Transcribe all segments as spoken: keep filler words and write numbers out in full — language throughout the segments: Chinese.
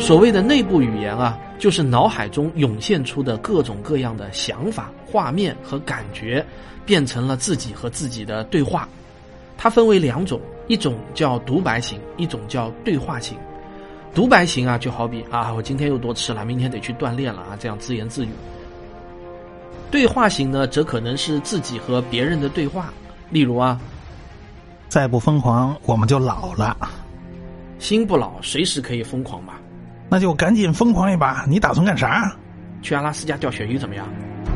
所谓的内部语言啊，就是脑海中涌现出的各种各样的想法、画面和感觉，变成了自己和自己的对话。它分为两种，一种叫独白型，一种叫对话型。独白型啊，就好比啊，我今天又多吃了，明天得去锻炼了啊，这样自言自语。对话型呢，则可能是自己和别人的对话，例如啊， 再不疯狂我们就老了。 心不老，随时可以疯狂吧？ 那就赶紧疯狂一把，你打算干啥？ 去阿拉斯加钓鳕鱼怎么样？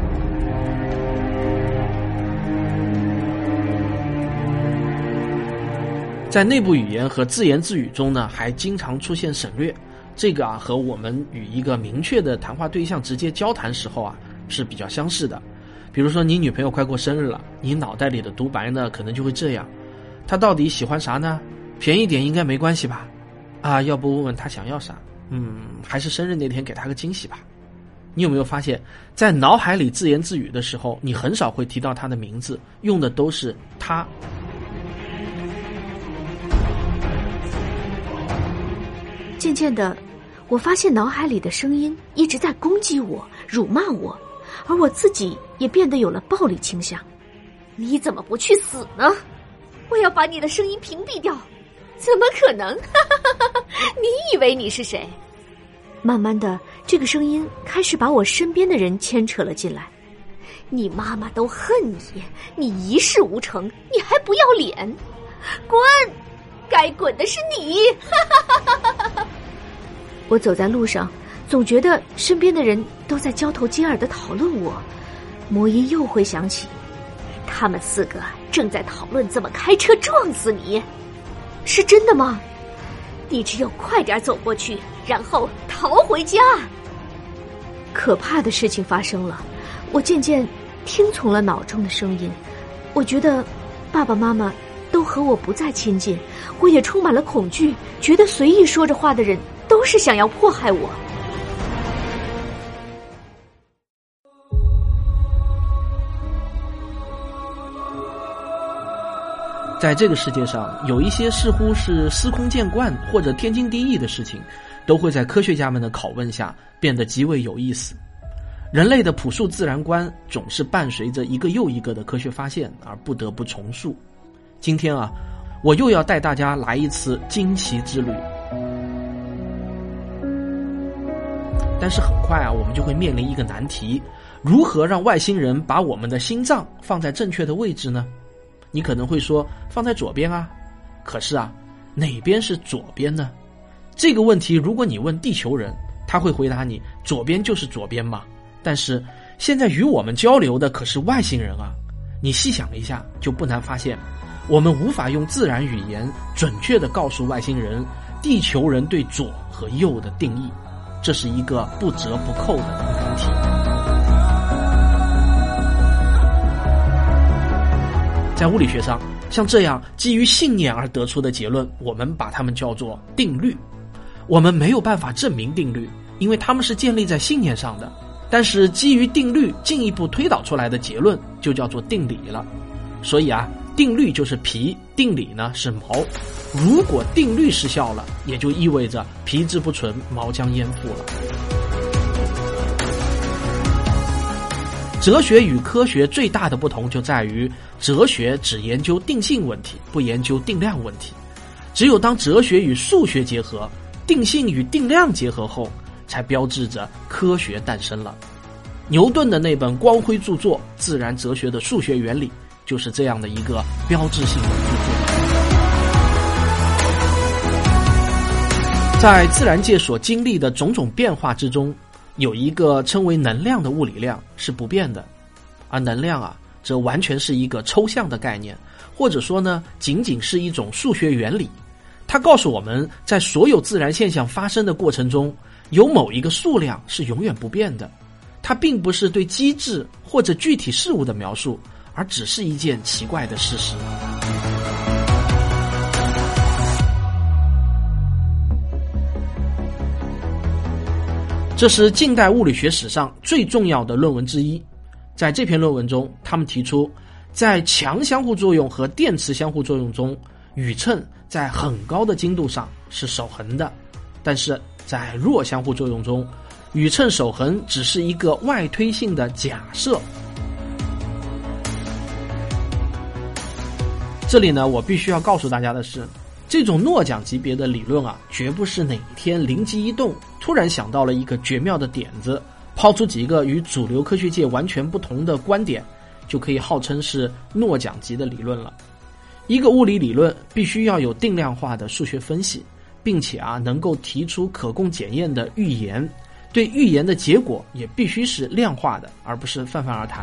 在内部语言和自言自语中呢，还经常出现省略，这个啊和我们与一个明确的谈话对象直接交谈时候啊是比较相似的。比如说你女朋友快过生日了，你脑袋里的独白呢可能就会这样：她到底喜欢啥呢？便宜点应该没关系吧？啊，要不问问她想要啥？嗯，还是生日那天给她个惊喜吧。你有没有发现，在脑海里自言自语的时候，你很少会提到她的名字，用的都是她。 渐渐的，我发现脑海里的声音一直在攻击我、辱骂我，而我自己也变得有了暴力倾向。你怎么不去死呢？我要把你的声音屏蔽掉。怎么可能？你以为你是谁？慢慢的，这个声音开始把我身边的人牵扯了进来。你妈妈都恨你，你一事无成，你还不要脸，滚！该滚的是你！我走在路上，总觉得身边的人都在交头接耳地讨论我，魔音又会响起，他们四个正在讨论怎么开车撞死你。是真的吗？你只有快点走过去，然后逃回家。可怕的事情发生了，我渐渐听从了脑中的声音，我觉得爸爸妈妈都和我不再亲近，我也充满了恐惧，觉得随意说着话的人都是想要迫害我。 在这个世界上，有一些似乎是司空见惯或者天经地义的事情，都会在科学家们的拷问下变得极为有意思。人类的朴素自然观总是伴随着一个又一个的科学发现而不得不重塑。今天啊，我又要带大家来一次惊奇之旅。但是很快啊，我们就会面临一个难题：如何让外星人把我们的心脏放在正确的位置呢？你可能会说，放在左边啊。可是啊，哪边是左边呢？这个问题如果你问地球人，他会回答你，左边就是左边嘛。但是现在与我们交流的可是外星人啊。你细想一下，就不难发现，我们无法用自然语言准确地告诉外星人地球人对左和右的定义，这是一个不折不扣的难题。在物理学上，像这样基于信念而得出的结论，我们把它们叫做定律。我们没有办法证明定律，因为它们是建立在信念上的。但是基于定律进一步推导出来的结论就叫做定理了。所以啊，定律就是皮，定理呢是毛。如果定律失效了，也就意味着皮之不存，毛将焉附了。哲学与科学最大的不同就在于，哲学只研究定性问题，不研究定量问题。只有当哲学与数学结合，定性与定量结合后，才标志着科学诞生了。牛顿的那本光辉著作《自然哲学的数学原理》就是这样的一个标志性的著作。在自然界所经历的种种变化之中，有一个称为能量的物理量是不变的，而能量啊，则完全是一个抽象的概念，或者说呢，仅仅是一种数学原理。它告诉我们，在所有自然现象发生的过程中，有某一个数量是永远不变的。它并不是对机制或者具体事物的描述，而只是一件奇怪的事实。这是近代物理学史上最重要的论文之一。在这篇论文中，他们提出，在强相互作用和电磁相互作用中，宇称在很高的精度上是守恒的，但是在弱相互作用中，宇称守恒只是一个外推性的假设。这里呢，我必须要告诉大家的是，这种诺奖级别的理论啊，绝不是哪一天灵机一动，突然想到了一个绝妙的点子，抛出几个与主流科学界完全不同的观点，就可以号称是诺奖级的理论了。一个物理理论必须要有定量化的数学分析，并且啊能够提出可供检验的预言，对预言的结果也必须是量化的，而不是泛泛而谈。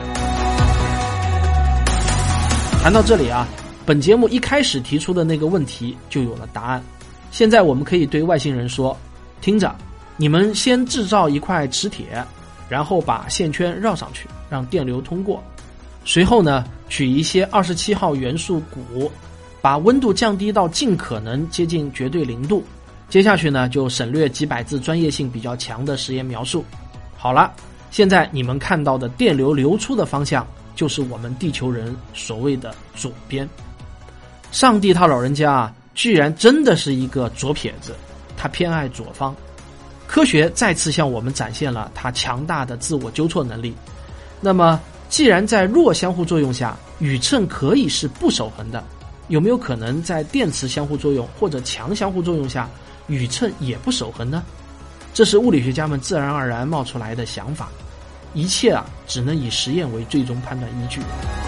谈到这里啊，本节目一开始提出的那个问题就有了答案。现在我们可以对外星人说，听着，你们先制造一块磁铁，然后把线圈绕上去，让电流通过。随后呢，取一些二十七号元素钴，把温度降低到尽可能接近绝对零度。接下去呢，就省略几百字专业性比较强的实验描述。好了，现在你们看到的电流流出的方向，就是我们地球人所谓的左边。上帝他老人家啊，居然真的是一个左撇子，他偏爱左方。科学再次向我们展现了他强大的自我纠错能力。那么既然在弱相互作用下宇称可以是不守恒的，有没有可能在电磁相互作用或者强相互作用下宇称也不守恒呢？这是物理学家们自然而然冒出来的想法，一切啊只能以实验为最终判断依据。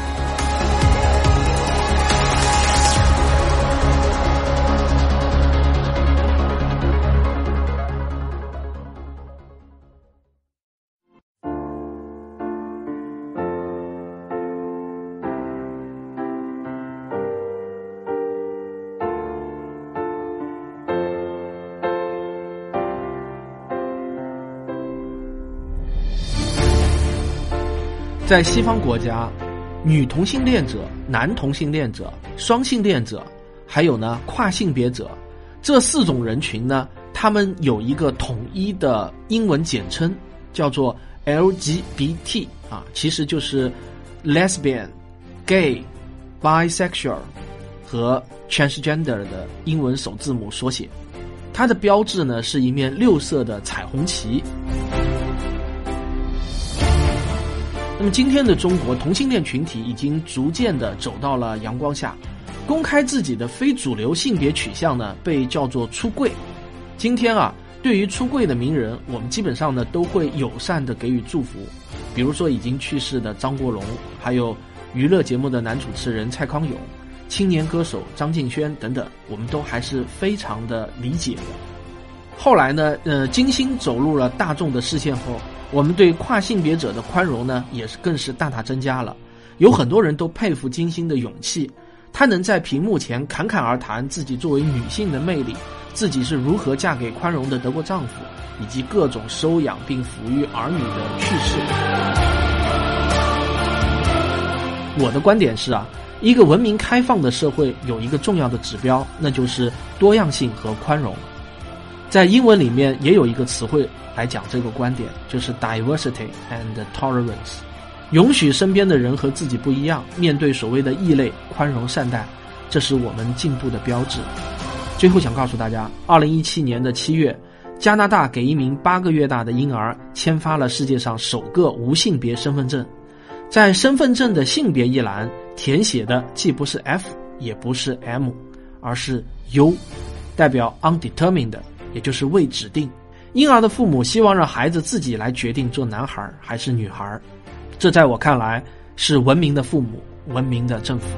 在西方国家，女同性恋者、男同性恋者、双性恋者，还有呢跨性别者，这四种人群呢，他们有一个统一的英文简称，叫做 L G B T 啊，其实就是 lesbian、gay、bisexual 和 transgender 的英文首字母缩写。它的标志呢是一面六色的彩虹旗。那么今天的中国同性恋群体已经逐渐的走到了阳光下，公开自己的非主流性别取向呢，被叫做出柜。今天啊，对于出柜的名人，我们基本上呢都会友善的给予祝福，比如说已经去世的张国荣，还有娱乐节目的男主持人蔡康永，青年歌手张敬轩等等，我们都还是非常的理解的。后来呢，呃，金星走入了大众的视线后，我们对跨性别者的宽容呢，也是更是大大增加了。有很多人都佩服金星的勇气，她能在屏幕前侃侃而谈自己作为女性的魅力，自己是如何嫁给宽容的德国丈夫，以及各种收养并抚育儿女的趣事。我的观点是啊，一个文明开放的社会有一个重要的指标，那就是多样性和宽容。在英文里面也有一个词汇来讲这个观点，就是 diversity and tolerance， 允许身边的人和自己不一样，面对所谓的异类宽容善待，这是我们进步的标志。最后想告诉大家，二零一七年的七月，加拿大给一名八个月大的婴儿签发了世界上首个无性别身份证。在身份证的性别一栏填写的既不是 F 也不是 M， 而是 U， 代表 undetermined， 也就是未指定。婴儿的父母希望让孩子自己来决定做男孩还是女孩，这在我看来是文明的父母，文明的政府。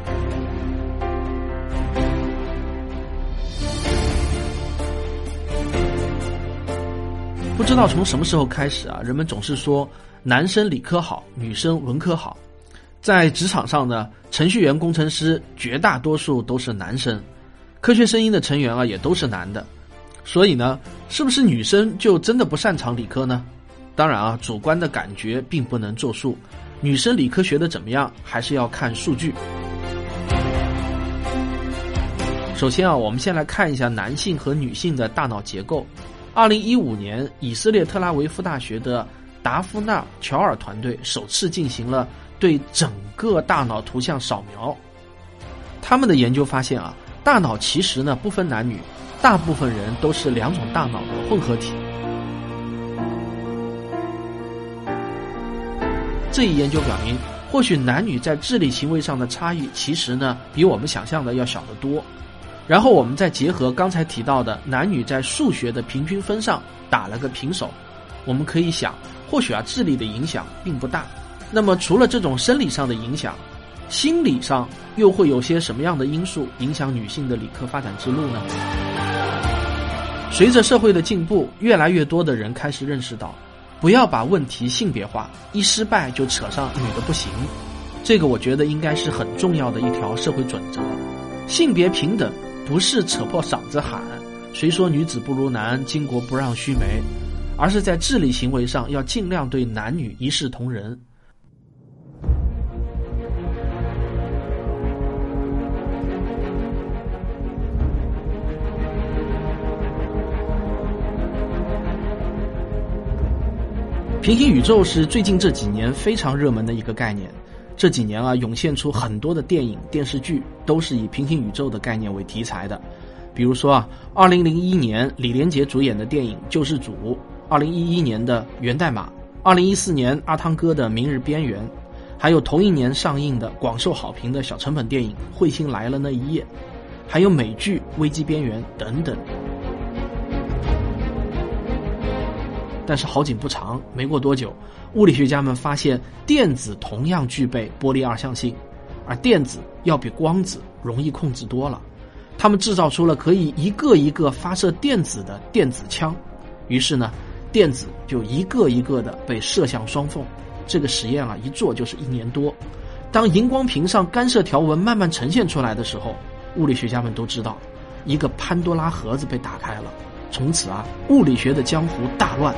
不知道从什么时候开始啊，人们总是说男生理科好，女生文科好。在职场上呢，程序员、工程师绝大多数都是男生，科学声音的成员啊也都是男的。所以呢，是不是女生就真的不擅长理科呢？当然啊，主观的感觉并不能作数，女生理科学的怎么样，还是要看数据。首先啊，我们先来看一下男性和女性的大脑结构。二零一五年，以色列特拉维夫大学的达夫纳·乔尔团队首次进行了对整个大脑图像扫描。他们的研究发现啊，大脑其实呢不分男女， 大部分人都是两种大脑的混合体。这一研究表明，或许男女在智力行为上的差异其实呢比我们想象的要小得多。然后我们再结合刚才提到的男女在数学的平均分上打了个平手，我们可以想，或许啊智力的影响并不大。那么除了这种生理上的影响，心理上又会有些什么样的因素影响女性的理科发展之路呢？随着社会的进步，越来越多的人开始认识到，不要把问题性别化，一失败就扯上女的不行。这个我觉得应该是很重要的一条社会准则。性别平等不是扯破嗓子喊谁说女子不如男，巾帼不让须眉，而是在智力行为上要尽量对男女一视同仁。平行宇宙是最近这几年非常热门的一个概念。这几年啊，涌现出很多的电影、电视剧都是以平行宇宙的概念为题材的。比如说啊，二零零一年李连杰主演的电影《救世主》，二零一一年的《源代码》，二零一四年阿汤哥的《明日边缘》，还有同一年上映的广受好评的小成本电影《彗星来了那一夜》，还有美剧《危机边缘》等等。但是好景不长，没过多久，物理学家们发现电子同样具备波粒二象性，而电子要比光子容易控制多了。他们制造出了可以一个一个发射电子的电子枪，于是呢，电子就一个一个的被射向双缝。这个实验啊，一做就是一年多。当荧光屏上干涉条纹慢慢呈现出来的时候，物理学家们都知道，一个潘多拉盒子被打开了。从此啊，物理学的江湖大乱。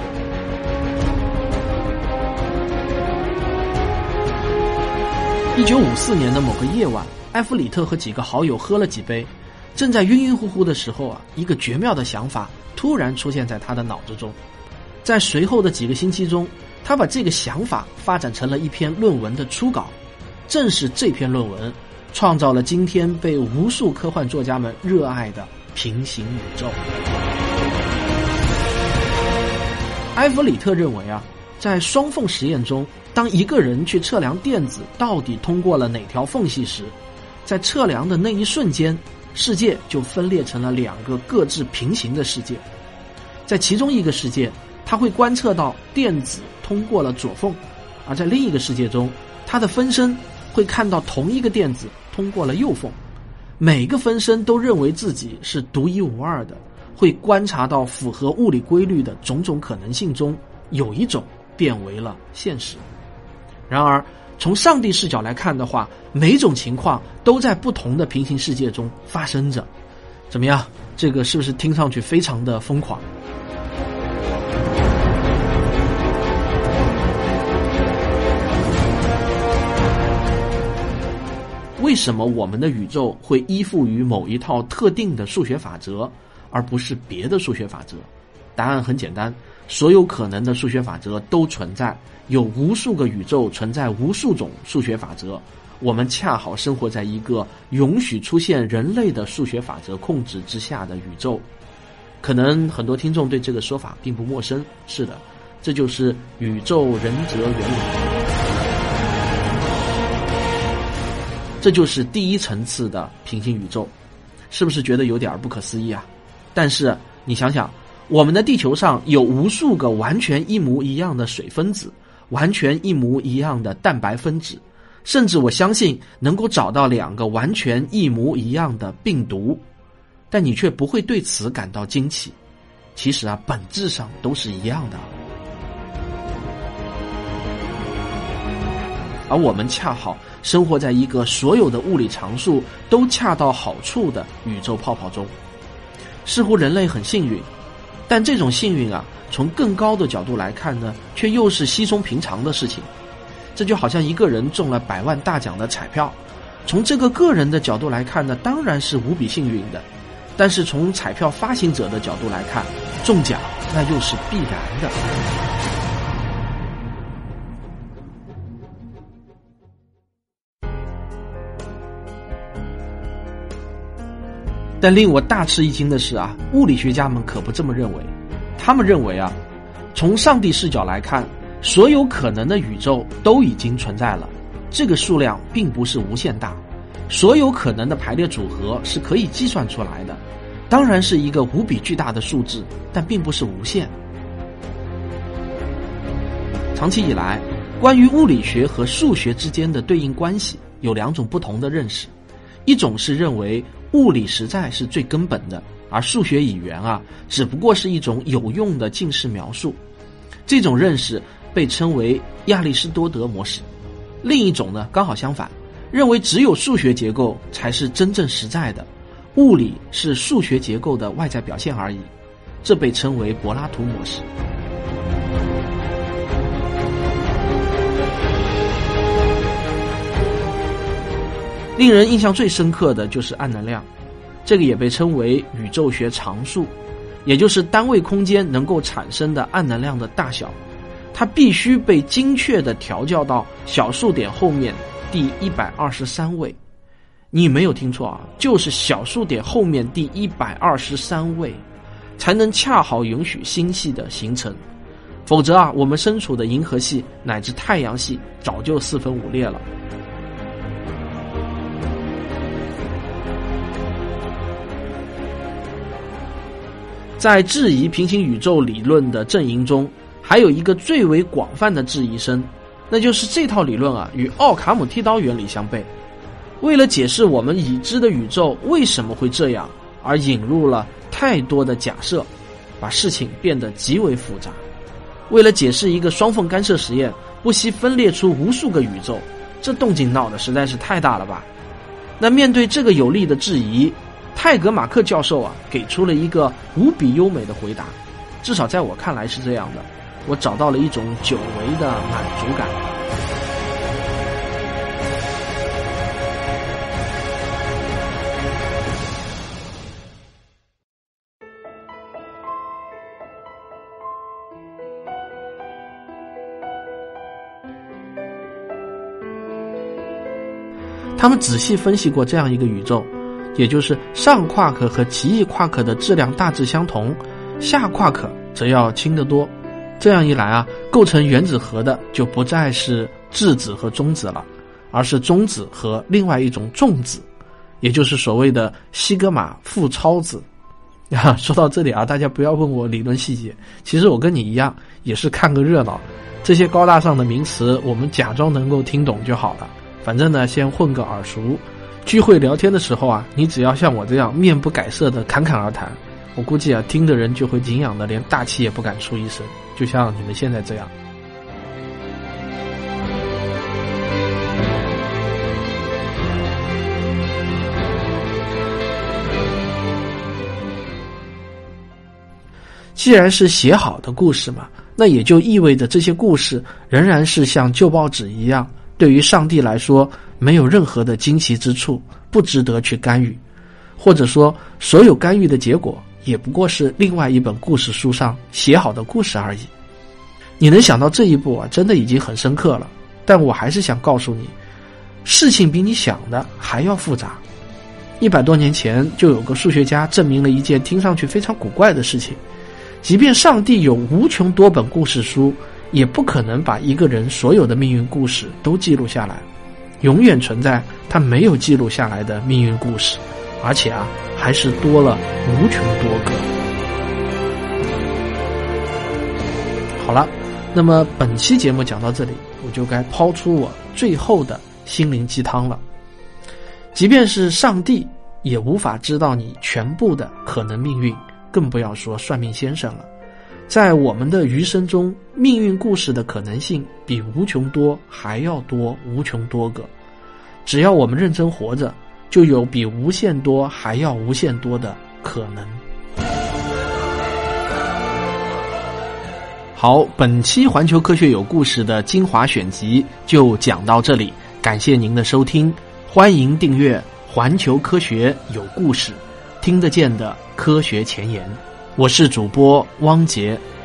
一九五四年的某个夜晚，埃弗里特和几个好友喝了几杯，正在晕晕乎乎的时候啊，一个绝妙的想法突然出现在他的脑子中。在随后的几个星期中，他把这个想法发展成了一篇论文的初稿。正是这篇论文，创造了今天被无数科幻作家们热爱的平行宇宙。埃弗里特认为啊，在双缝实验中，当一个人去测量电子到底通过了哪条缝隙时，在测量的那一瞬间，世界就分裂成了两个各自平行的世界。在其中一个世界，他会观测到电子通过了左缝，而在另一个世界中，他的分身会看到同一个电子通过了右缝。每个分身都认为自己是独一无二的，会观察到符合物理规律的种种可能性中，有一种变为了现实。然而，从上帝视角来看的话，每种情况都在不同的平行世界中发生着。怎么样？这个是不是听上去非常的疯狂？为什么我们的宇宙会依附于某一套特定的数学法则，而不是别的数学法则？答案很简单，所有可能的数学法则都存在，有无数个宇宙存在无数种数学法则，我们恰好生活在一个允许出现人类的数学法则控制之下的宇宙。可能很多听众对这个说法并不陌生，是的，这就是宇宙人则原理。这就是第一层次的平行宇宙，是不是觉得有点不可思议啊？但是你想想，我们的地球上有无数个完全一模一样的水分子，完全一模一样的蛋白分子，甚至我相信能够找到两个完全一模一样的病毒，但你却不会对此感到惊奇。其实啊，本质上都是一样的。而我们恰好生活在一个所有的物理常数都恰到好处的宇宙泡泡中。似乎人类很幸运，但这种幸运啊，从更高的角度来看呢，却又是稀松平常的事情。这就好像一个人中了百万大奖的彩票，从这个个人的角度来看呢，当然是无比幸运的，但是从彩票发行者的角度来看，中奖那又是必然的。 但令我大吃一惊的是啊，物理学家们可不这么认为。他们认为啊，从上帝视角来看，所有可能的宇宙都已经存在了，这个数量并不是无限大，所有可能的排列组合是可以计算出来的，当然是一个无比巨大的数字，但并不是无限。长期以来，关于物理学和数学之间的对应关系有两种不同的认识，一种是认为物理实在是最根本的，而数学语言啊，只不过是一种有用的近似描述，这种认识被称为亚里士多德模式。另一种呢，刚好相反，认为只有数学结构才是真正实在的，物理是数学结构的外在表现而已，这被称为柏拉图模式。令人印象最深刻的就是暗能量，这个也被称为宇宙学常数，也就是单位空间能够产生的暗能量的大小，它必须被精确地调校到小数点后面第一百二十三位。你没有听错啊，就是小数点后面第一百二十三位，才能恰好允许星系的形成。否则啊，我们身处的银河系乃至太阳系早就四分五裂了。在质疑平行宇宙理论的阵营中，还有一个最为广泛的质疑声，那就是这套理论啊与奥卡姆剃刀原理相悖。为了解释我们已知的宇宙为什么会这样，而引入了太多的假设，把事情变得极为复杂。为了解释一个双缝干涉实验，不惜分裂出无数个宇宙，这动静闹得实在是太大了吧。那面对这个有力的质疑，泰格马克教授啊给出了一个无比优美的回答，至少在我看来是这样的，我找到了一种久违的满足感。他们仔细分析过这样一个宇宙，也就是上夸克和奇异夸克的质量大致相同，下夸克则要轻得多。这样一来啊，构成原子核的就不再是质子和中子了，而是中子和另外一种重子，也就是所谓的西格玛负超子。啊，说到这里啊，大家不要问我理论细节，其实我跟你一样，也是看个热闹。这些高大上的名词，我们假装能够听懂就好了。反正呢，先混个耳熟。聚会聊天的时候啊，你只要像我这样面不改色的侃侃而谈，我估计啊，听的人就会敬仰的连大气也不敢出一声，就像你们现在这样。既然是写好的故事嘛，那也就意味着这些故事仍然是像旧报纸一样，对于上帝来说没有任何的惊奇之处，不值得去干预，或者说所有干预的结果也不过是另外一本故事书上写好的故事而已。你能想到这一步啊，真的已经很深刻了。但我还是想告诉你，事情比你想的还要复杂。一百多年前就有个数学家证明了一件听上去非常古怪的事情，即便上帝有无穷多本故事书，也不可能把一个人所有的命运故事都记录下来，永远存在他没有记录下来的命运故事，而且啊，还是多了无穷多个。好了，那么本期节目讲到这里，我就该抛出我最后的心灵鸡汤了。即便是上帝也无法知道你全部的可能命运，更不要说算命先生了。在我们的余生中，命运故事的可能性比无穷多还要多无穷多个。只要我们认真活着，就有比无限多还要无限多的可能。好，本期环球科学有故事的精华选集就讲到这里，感谢您的收听，欢迎订阅环球科学有故事，听得见的科学前沿。我是主播汪杰，